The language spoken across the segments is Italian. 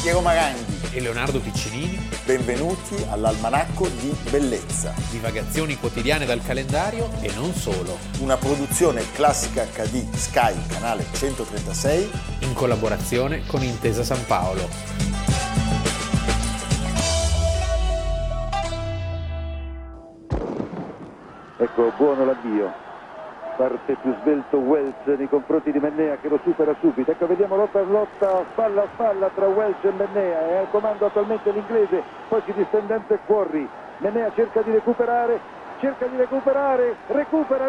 Piero Maranghi e Leonardo Piccinini. Benvenuti all'Almanacco di Bellezza. Divagazioni quotidiane dal calendario e non solo. Una produzione Classica HD Sky, canale 136. In collaborazione con Intesa San Paolo. Ecco, buono l'avvio. Parte più svelto Welch nei confronti di Mennea che lo supera subito. Ecco, vediamo lotta spalla a spalla tra Welch e Mennea. È al comando attualmente l'inglese, poi si distendente e Quarry. Mennea cerca di recuperare, recupera.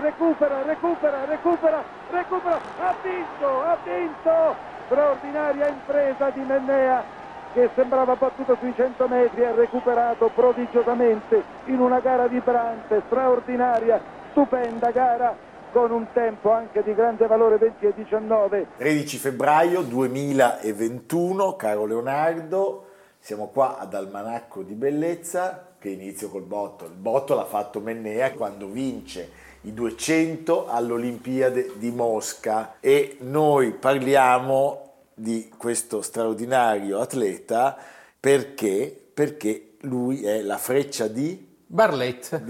Ha vinto! Straordinaria impresa di Mennea, che sembrava battuto sui 100 metri, ha recuperato prodigiosamente in una gara vibrante, straordinaria, stupenda gara, con un tempo anche di grande valore, 20:19. 13 febbraio 2021, caro Leonardo, siamo qua ad Almanacco di Bellezza, che inizio col botto. Il botto l'ha fatto Mennea quando vince i 200 all'Olimpiade di Mosca, e noi parliamo di questo straordinario atleta perché lui è la freccia di Barlett.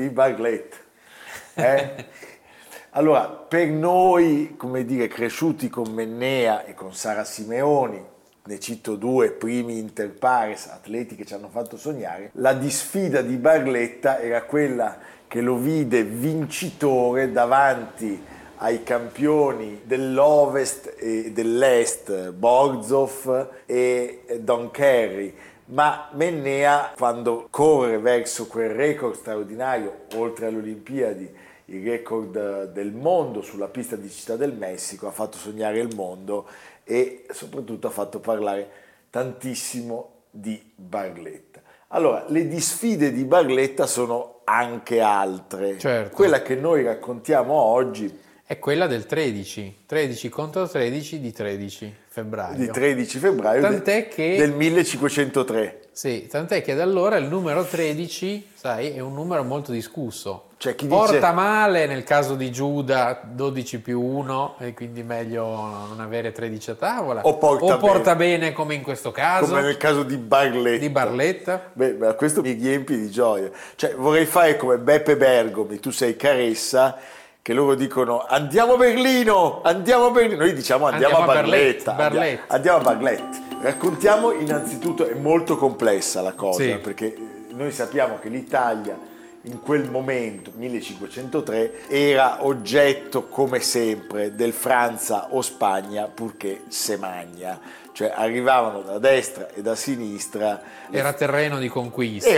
Allora, per noi, come dire, cresciuti con Mennea e con Sara Simeoni, ne cito due primi inter pares, atleti che ci hanno fatto sognare, la disfida di Barletta era quella che lo vide vincitore davanti ai campioni dell'Ovest e dell'Est, Borzov e Don Kerry. Ma Mennea, quando corre verso quel record straordinario, oltre alle Olimpiadi, il record del mondo sulla pista di Città del Messico, ha fatto sognare il mondo e soprattutto ha fatto parlare tantissimo di Barletta. Allora, le disfide di Barletta sono anche altre. Certo. Quella che noi raccontiamo oggi è quella del 13 contro 13 di 13 febbraio. Di 13 febbraio del 1503. Sì, tant'è che da allora il numero 13, sai, è un numero molto discusso. Cioè, chi porta dice... male nel caso di Giuda 12 più 1 e quindi meglio non avere 13 a tavola, o porta bene come in questo caso, come nel caso di Barletta. Beh, questo mi riempie di gioia. Cioè, vorrei fare come Beppe Bergomi, tu sei Caressa, che loro dicono andiamo a Berlino, noi diciamo andiamo a Barletta. Andiamo a Barletta. Raccontiamo innanzitutto, è molto complessa la cosa, sì, perché noi sappiamo che l'Italia in quel momento, 1503, era oggetto come sempre del Francia o Spagna purché se magna, cioè arrivavano da destra e da sinistra. Era terreno di conquista.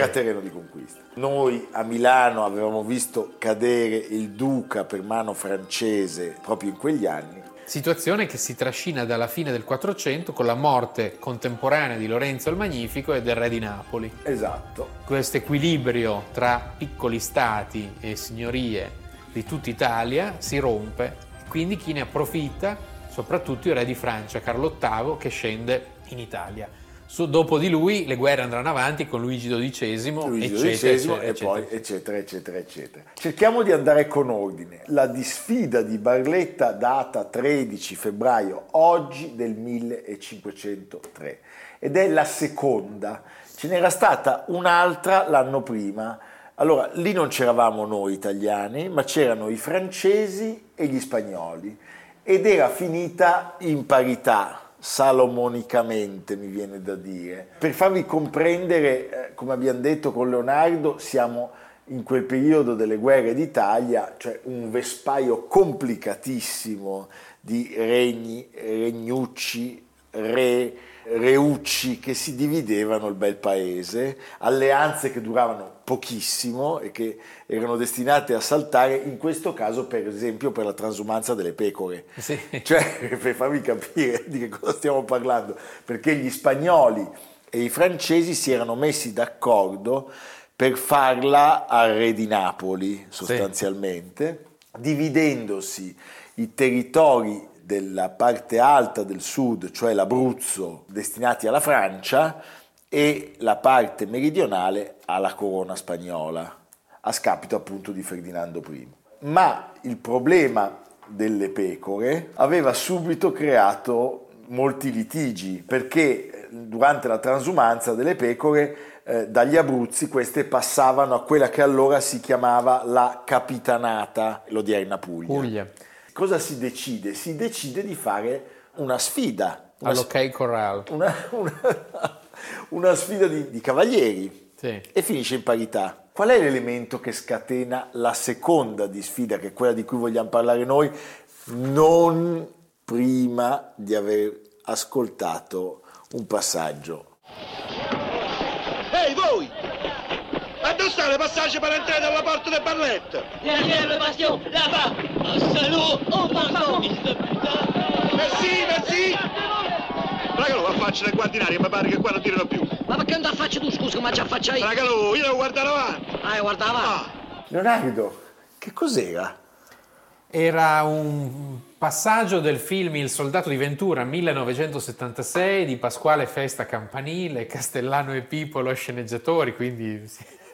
Noi a Milano avevamo visto cadere il duca per mano francese proprio in quegli anni. Situazione che si trascina dalla fine del 400 con la morte contemporanea di Lorenzo il Magnifico e del re di Napoli. Esatto. Questo equilibrio tra piccoli stati e signorie di tutta Italia si rompe, quindi chi ne approfitta? Soprattutto il re di Francia, Carlo VIII, che scende in Italia. Dopo di lui le guerre andranno avanti con Luigi XII, eccetera. Cerchiamo di andare con ordine. La disfida di Barletta data 13 febbraio, oggi del 1503, ed è la seconda. Ce n'era stata un'altra l'anno prima. Allora, lì non c'eravamo noi italiani, ma c'erano i francesi e gli spagnoli, ed era finita in parità, salomonicamente mi viene da dire. Per farvi comprendere, come abbiamo detto con Leonardo, siamo in quel periodo delle guerre d'Italia, cioè un vespaio complicatissimo di regni, regnucci, reucci che si dividevano il bel paese, alleanze che duravano pochissimo e che erano destinate a saltare, in questo caso per esempio per la transumanza delle pecore. Sì. Cioè, per farvi capire di che cosa stiamo parlando, perché gli spagnoli e i francesi si erano messi d'accordo per farla al re di Napoli, sostanzialmente, sì, dividendosi i territori della parte alta del sud, cioè l'Abruzzo, destinati alla Francia, e la parte meridionale alla corona spagnola, a scapito appunto di Ferdinando I. Ma il problema delle pecore aveva subito creato molti litigi, perché durante la transumanza delle pecore dagli Abruzzi queste passavano a quella che allora si chiamava la capitanata, l'odierna Puglia. Cosa si decide? Si decide di fare una sfida. All'Ok Corral. Una sfida di cavalieri. Sì. E finisce in parità. Qual è l'elemento che scatena la seconda di sfida, che è quella di cui vogliamo parlare noi, non prima di aver ascoltato un passaggio? Ehi voi! Ma dove sta le passaggi per entrare dalla porta del balletto? Derrière le bastion, là-bas! Un salaud! Oh pardon, fils de putain! Merci! Ragalo, va a faccia del guardinario, mi pare che qua non tirano più. Ma perché non faccio tu, scusa, come già faccio io? Ragalo, io devo guardare avanti. Guardava. Ah. Leonardo, che cos'era? Era un passaggio del film Il soldato di Ventura 1976 di Pasquale Festa Campanile, Castellano e Pipolo sceneggiatori, quindi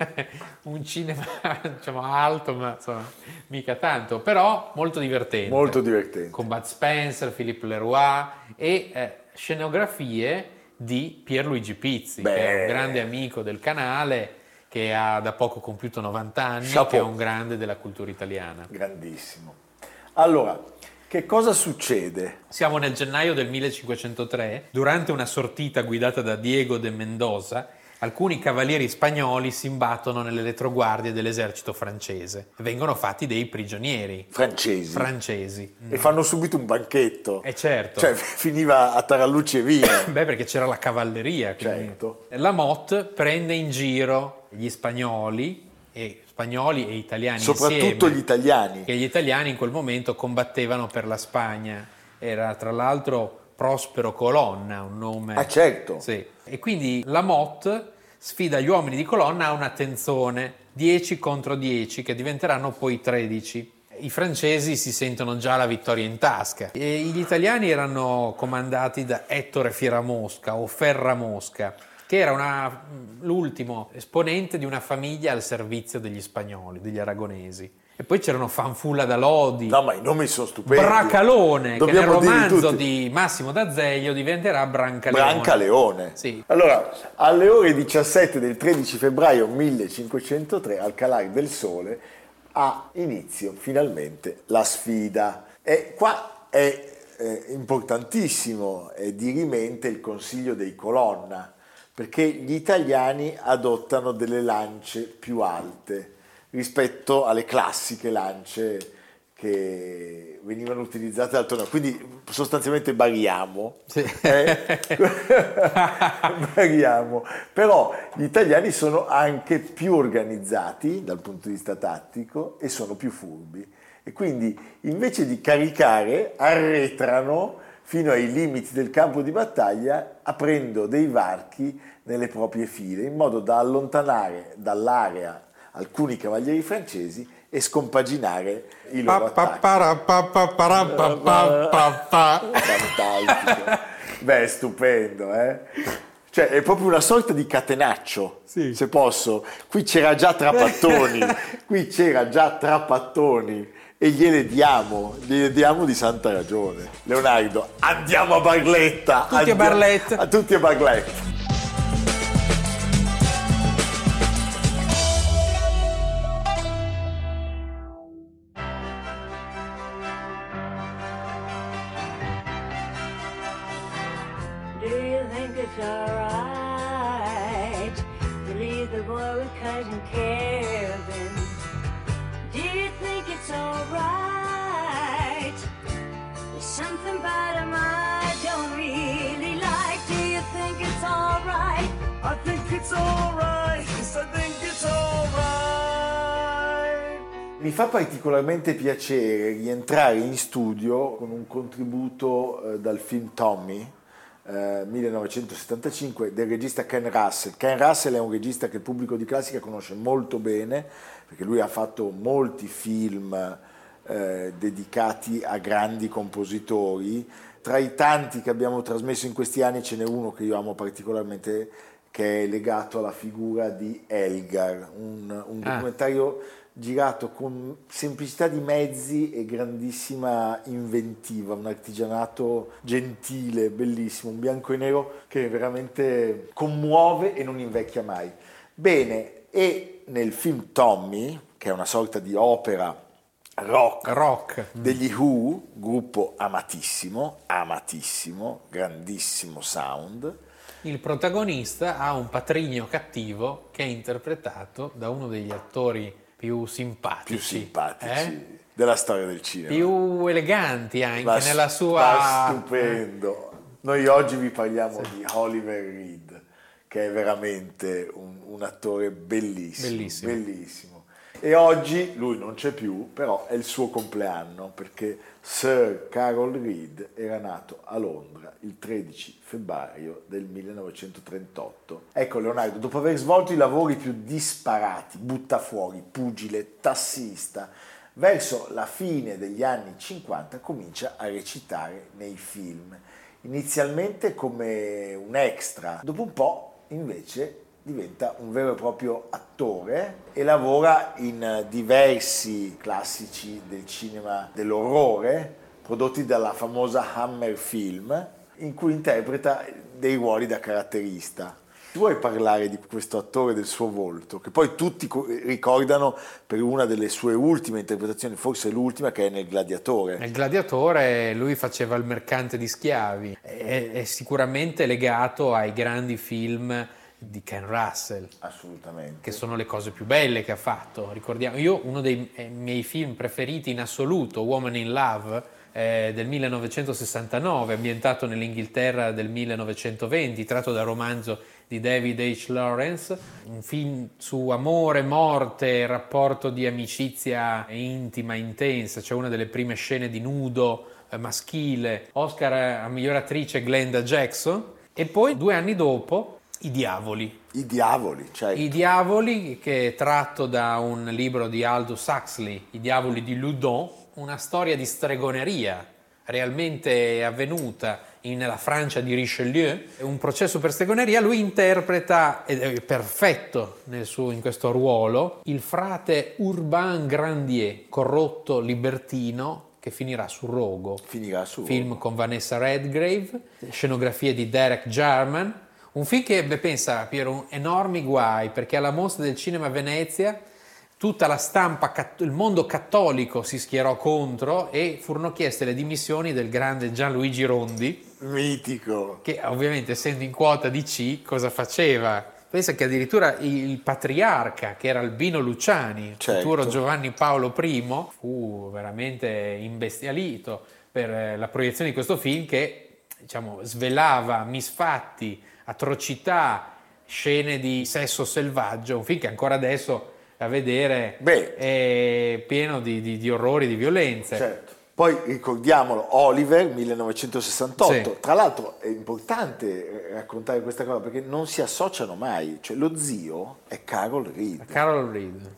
un cinema diciamo alto, ma insomma mica tanto, però molto divertente. Molto divertente. Con Bud Spencer, Philippe Leroy e scenografie di Pierluigi Pizzi, che è un grande amico del canale, che ha da poco compiuto 90 anni, Chapeau. che è un grande della cultura italiana. Grandissimo. Allora, che cosa succede? Siamo nel gennaio del 1503, durante una sortita guidata da Diego de Mendoza, alcuni cavalieri spagnoli si imbattono nelle retroguardie dell'esercito francese. Vengono fatti dei prigionieri. Francesi. E fanno subito un banchetto. Certo. Cioè, finiva a tarallucci e vino. Beh, perché c'era la cavalleria. Quindi. Certo. La Motte prende in giro gli spagnoli e italiani Soprattutto insieme, gli italiani. che gli italiani in quel momento combattevano per la Spagna. Era tra l'altro Prospero Colonna, un nome... Ah, certo. Sì. E quindi la Motte sfida gli uomini di Colonna a una tenzone, 10 contro 10, che diventeranno poi 13. I francesi si sentono già la vittoria in tasca. E gli italiani erano comandati da Ettore Fieramosca o Ferramosca, che era l'ultimo esponente di una famiglia al servizio degli spagnoli, degli aragonesi. E poi c'erano Fanfulla da Lodi, No, ma i nomi sono stupendi. Bracalone, che nel Dobbiamo dirli romanzo tutti. di Massimo d'Azeglio diventerà Brancaleone. Brancaleone. Sì. Allora, alle ore 17 del 13 febbraio 1503, al calare del sole, ha inizio finalmente la sfida. E qua è importantissimo, è dirimente il Consiglio dei Colonna, perché gli italiani adottano delle lance più alte rispetto alle classiche lance che venivano utilizzate al torneo, quindi sostanzialmente variamo. Sì. Variamo, però gli italiani sono anche più organizzati dal punto di vista tattico e sono più furbi, e quindi invece di caricare arretrano fino ai limiti del campo di battaglia, aprendo dei varchi nelle proprie file, in modo da allontanare dall'area alcuni cavalieri francesi e scompaginare i loro attacchi. Fantastico. Beh, è stupendo, eh? Cioè, è proprio una sorta di catenaccio, Sì. se posso. Qui c'era già Trapattoni, e gliele diamo di santa ragione. Leonardo, andiamo a Barletta. Tutti a Barletta. Tutti a Barletta. Do you think it's alright to leave the boy with Cousin Kevin? Do you think it's alright? There's something about him I don't really like. Do you think it's alright? I think it's alright. Yes, I think it's alright. Mi fa particolarmente piacere rientrare in studio con un contributo dal film Tommy, 1975, del regista Ken Russell. Ken Russell è un regista che il pubblico di classica conosce molto bene, perché lui ha fatto molti film dedicati a grandi compositori. Tra i tanti che abbiamo trasmesso in questi anni ce n'è uno che io amo particolarmente, che è legato alla figura di Elgar, un documentario girato con semplicità di mezzi e grandissima inventiva, un artigianato gentile, bellissimo, un bianco e nero che veramente commuove e non invecchia mai. Bene, e nel film Tommy, che è una sorta di opera rock. Degli Who, gruppo amatissimo, grandissimo sound. Il protagonista ha un patrigno cattivo che è interpretato da uno degli attori più simpatici della storia del cinema. Più eleganti anche nella sua... Stupendo. Noi oggi vi parliamo di Oliver Reed, che è veramente un attore bellissimo. E oggi lui non c'è più, però è il suo compleanno, perché Sir Carol Reed era nato a Londra il 13 febbraio del 1938. Ecco Leonardo, dopo aver svolto i lavori più disparati, buttafuori, pugile, tassista, verso la fine degli anni 50 comincia a recitare nei film, inizialmente come un extra, dopo un po' invece diventa un vero e proprio attore e lavora in diversi classici del cinema dell'orrore prodotti dalla famosa Hammer Film, in cui interpreta dei ruoli da caratterista. Tu vuoi parlare di questo attore, del suo volto, che poi tutti ricordano per una delle sue ultime interpretazioni, forse l'ultima, che è nel Gladiatore. Nel Gladiatore lui faceva il mercante di schiavi, è sicuramente legato ai grandi film di Ken Russell, assolutamente, che sono le cose più belle che ha fatto. Ricordiamo, io uno dei miei film preferiti in assoluto, Woman in Love, del 1969, ambientato nell'Inghilterra del 1920, tratto dal romanzo di David H. Lawrence, un film su amore, morte, rapporto di amicizia intima, intensa. C'è una delle prime scene di nudo maschile, Oscar a miglior attrice Glenda Jackson, e poi 2 anni dopo I Diavoli, certo. I Diavoli, che è tratto da un libro di Aldous Huxley, I Diavoli di Loudun, una storia di stregoneria realmente avvenuta nella Francia di Richelieu, è un processo per stregoneria. Lui interpreta, ed è perfetto in questo ruolo, il frate Urbain Grandier, corrotto libertino, che finirà sul rogo. Film con Vanessa Redgrave, scenografie di Derek Jarman. Un film che ebbe, pensa Piero, enormi guai, perché alla Mostra del Cinema a Venezia tutta la stampa, il mondo cattolico si schierò contro e furono chieste le dimissioni del grande Gianluigi Rondi. Mitico. Che ovviamente, essendo in quota di C, cosa faceva? Pensa che addirittura il patriarca, che era Albino Luciani, certo, futuro Giovanni Paolo I, fu veramente imbestialito per la proiezione di questo film che, diciamo, svelava misfatti, atrocità, scene di sesso selvaggio, un film che ancora adesso a vedere è pieno di orrori, di violenze. Certo. Poi ricordiamolo, Oliver, 1968. Sì. Tra l'altro è importante raccontare questa cosa perché non si associano mai. Cioè, lo zio è Carol Reed. Carol Reed.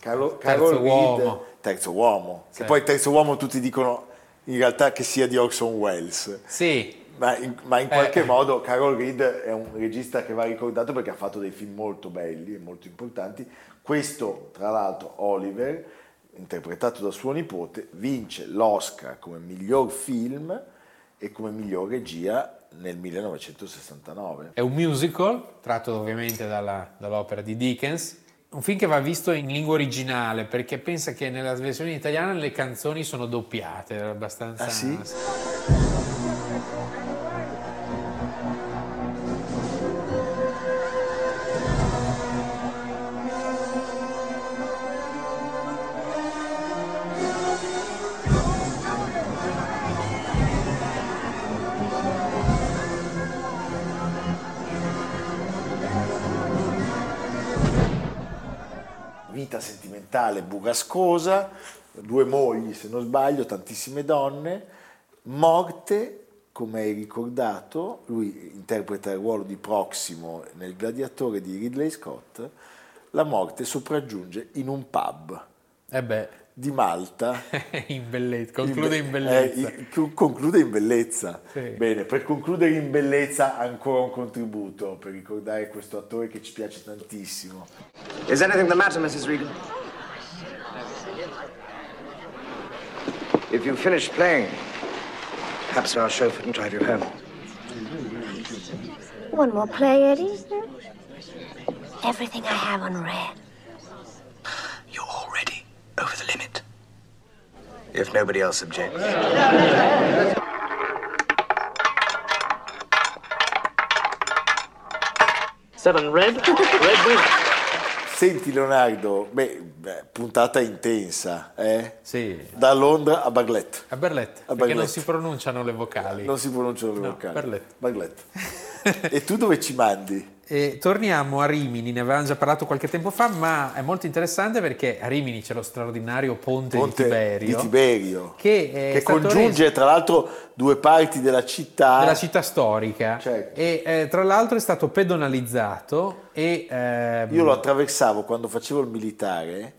Terzo uomo. Sì. Che poi terzo uomo tutti dicono in realtà che sia di Orson Welles. Sì. Ma in qualche modo Carol Reed è un regista che va ricordato perché ha fatto dei film molto belli e molto importanti. Questo, tra l'altro, Oliver, interpretato da suo nipote, vince l'Oscar come miglior film e come miglior regia nel 1969. È un musical, tratto ovviamente dall'opera di Dickens, un film che va visto in lingua originale, perché pensa che nella versione italiana le canzoni sono doppiate, era abbastanza... Ah sì? Vita sentimentale burrascosa, 2 mogli se non sbaglio, tantissime donne, morte, come hai ricordato, lui interpreta il ruolo di Proximo nel Gladiatore di Ridley Scott, la morte sopraggiunge in un pub di Malta. Conclude in bellezza. Conclude in bellezza. Sì. Bene, per concludere in bellezza ancora un contributo per ricordare questo attore che ci piace tantissimo. Is anything the matter, Mrs. Regan? If you finish playing, perhaps our chauffeur can drive you home. One more play, Eddie. Everything I have on red. You're already over the limit. If nobody else objects. Seven red. Red win. Senti Leonardo, puntata intensa, eh? Sì. Da Londra a Barletta. A Barletta, perché Barletta. non si pronunciano le vocali. Non si pronunciano le No, vocali. Barletta. E tu dove ci mandi? E torniamo a Rimini, ne avevamo già parlato qualche tempo fa, ma è molto interessante perché a Rimini c'è lo straordinario ponte di Tiberio, che congiunge tra l'altro due parti della città storica. Certo. E tra l'altro è stato pedonalizzato e io lo attraversavo quando facevo il militare,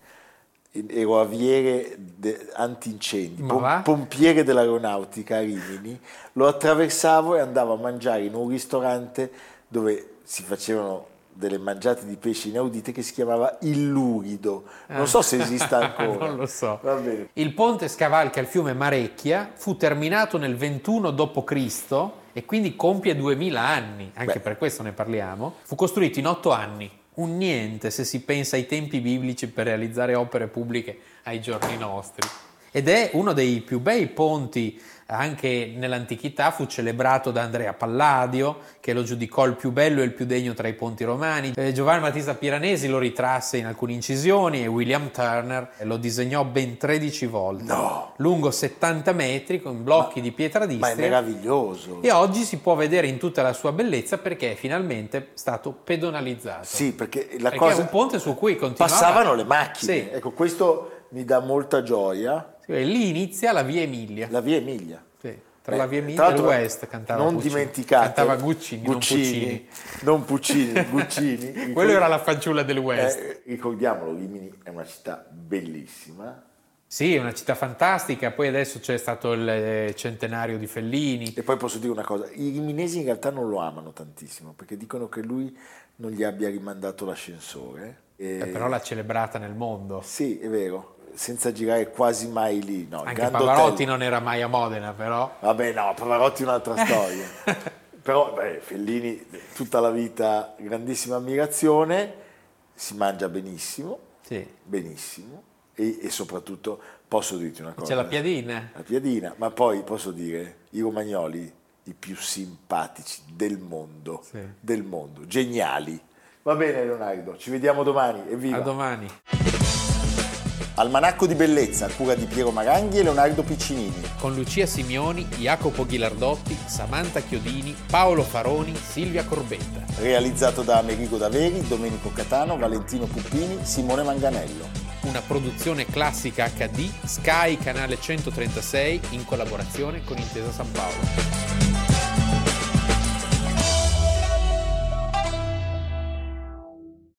ero aviere antincendi, pompiere dell'aeronautica a Rimini, lo attraversavo e andavo a mangiare in un ristorante dove si facevano delle mangiate di pesci inaudite che si chiamava Il Lurido. Non so se esista ancora. Non lo so. Va bene. Il ponte scavalca il fiume Marecchia, fu terminato nel 21 d.C. e quindi compie 2000 anni, anche per questo ne parliamo. Fu costruito in 8 anni, un niente se si pensa ai tempi biblici per realizzare opere pubbliche ai giorni nostri. Ed è uno dei più bei ponti. Anche nell'antichità fu celebrato da Andrea Palladio, che lo giudicò il più bello e il più degno tra i ponti romani. Giovanni Battista Piranesi lo ritrasse in alcune incisioni e William Turner lo disegnò ben 13 volte. No. Lungo 70 metri con blocchi di pietra d'Istria. Ma è meraviglioso. E oggi si può vedere in tutta la sua bellezza perché è finalmente stato pedonalizzato. Sì, perché è un ponte su cui passavano le macchine. Sì. Ecco, questo mi dà molta gioia. E lì inizia la via Emilia. La via Emilia. Sì. Tra la via Emilia e il West cantava non Puccini. Dimenticate, cantava Guccini, non Puccini, Guccini. Quello era la fanciulla del West. Ricordiamolo, Rimini è una città bellissima. Sì, è una città fantastica. Poi adesso c'è stato il centenario di Fellini. E poi posso dire una cosa, i riminesi in realtà non lo amano tantissimo perché dicono che lui non gli abbia rimandato l'ascensore. Però l'ha celebrata nel mondo. Sì, è vero. Senza girare quasi mai lì. No, anche Pavarotti non era mai a Modena, però. Vabbè, no, Pavarotti è un'altra storia. Però, Fellini, tutta la vita, grandissima ammirazione, si mangia benissimo, sì. Benissimo, e soprattutto, posso dirti una cosa. C'è la piadina. La piadina, ma poi posso dire, i romagnoli, i più simpatici del mondo, sì. Del mondo, geniali. Va bene Leonardo, ci vediamo domani, evviva. A domani. Almanacco di bellezza, a cura di Piero Maranghi e Leonardo Piccinini. Con Lucia Simioni, Jacopo Ghilardotti, Samantha Chiodini, Paolo Faroni, Silvia Corbetta. Realizzato da Amerigo Daveri, Domenico Catano, Valentino Puppini, Simone Manganello. Una produzione classica HD, Sky Canale 136, in collaborazione con Intesa San Paolo.